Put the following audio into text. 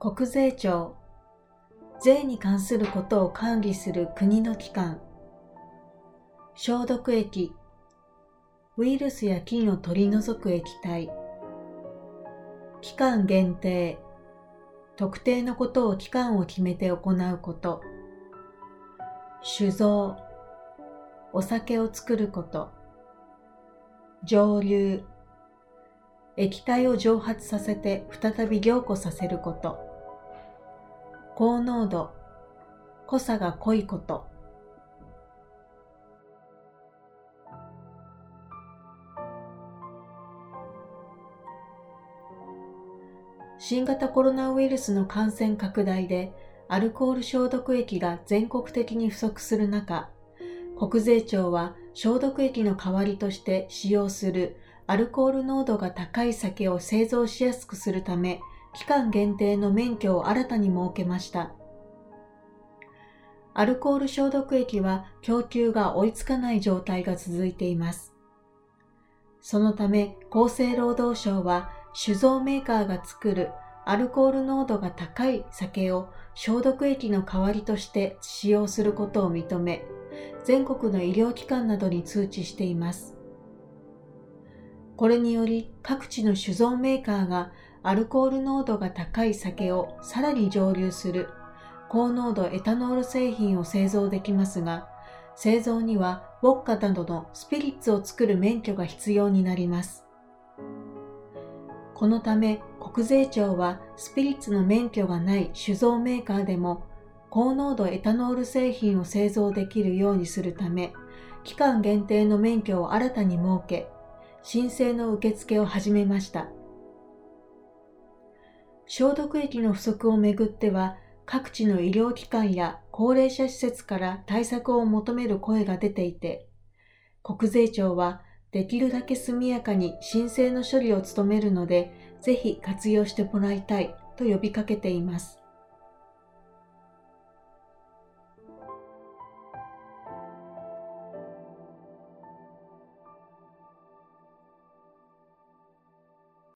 国税庁、税に関することを管理する国の機関。消毒液、ウイルスや菌を取り除く液体。期間限定、特定のことを期間を決めて行うこと。酒造、お酒を作ること。蒸留、液体を蒸発させて再び凝固させること。高濃度、濃さが濃いこと。新型コロナウイルスの感染拡大でアルコール消毒液が全国的に不足する中、国税庁は消毒液の代わりとして使用するアルコール濃度が高い酒を製造しやすくするため、期間限定の免許を新たに設けました。アルコール消毒液は供給が追いつかない状態が続いています。そのため、厚生労働省は酒造メーカーが作るアルコール濃度が高い酒を消毒液の代わりとして使用することを認め、全国の医療機関などに通知しています。これにより各地の酒造メーカーがアルコール濃度が高い酒をさらに蒸留する高濃度エタノール製品を製造できますが、製造にはウォッカなどのスピリッツを作る免許が必要になります。このため国税庁はスピリッツの免許がない酒造メーカーでも高濃度エタノール製品を製造できるようにするため、期間限定の免許を新たに設け、申請の受付を始めました。消毒液の不足をめぐっては、各地の医療機関や高齢者施設から対策を求める声が出ていて、国税庁はできるだけ速やかに申請の処理を務めるので、ぜひ活用してもらいたいと呼びかけています。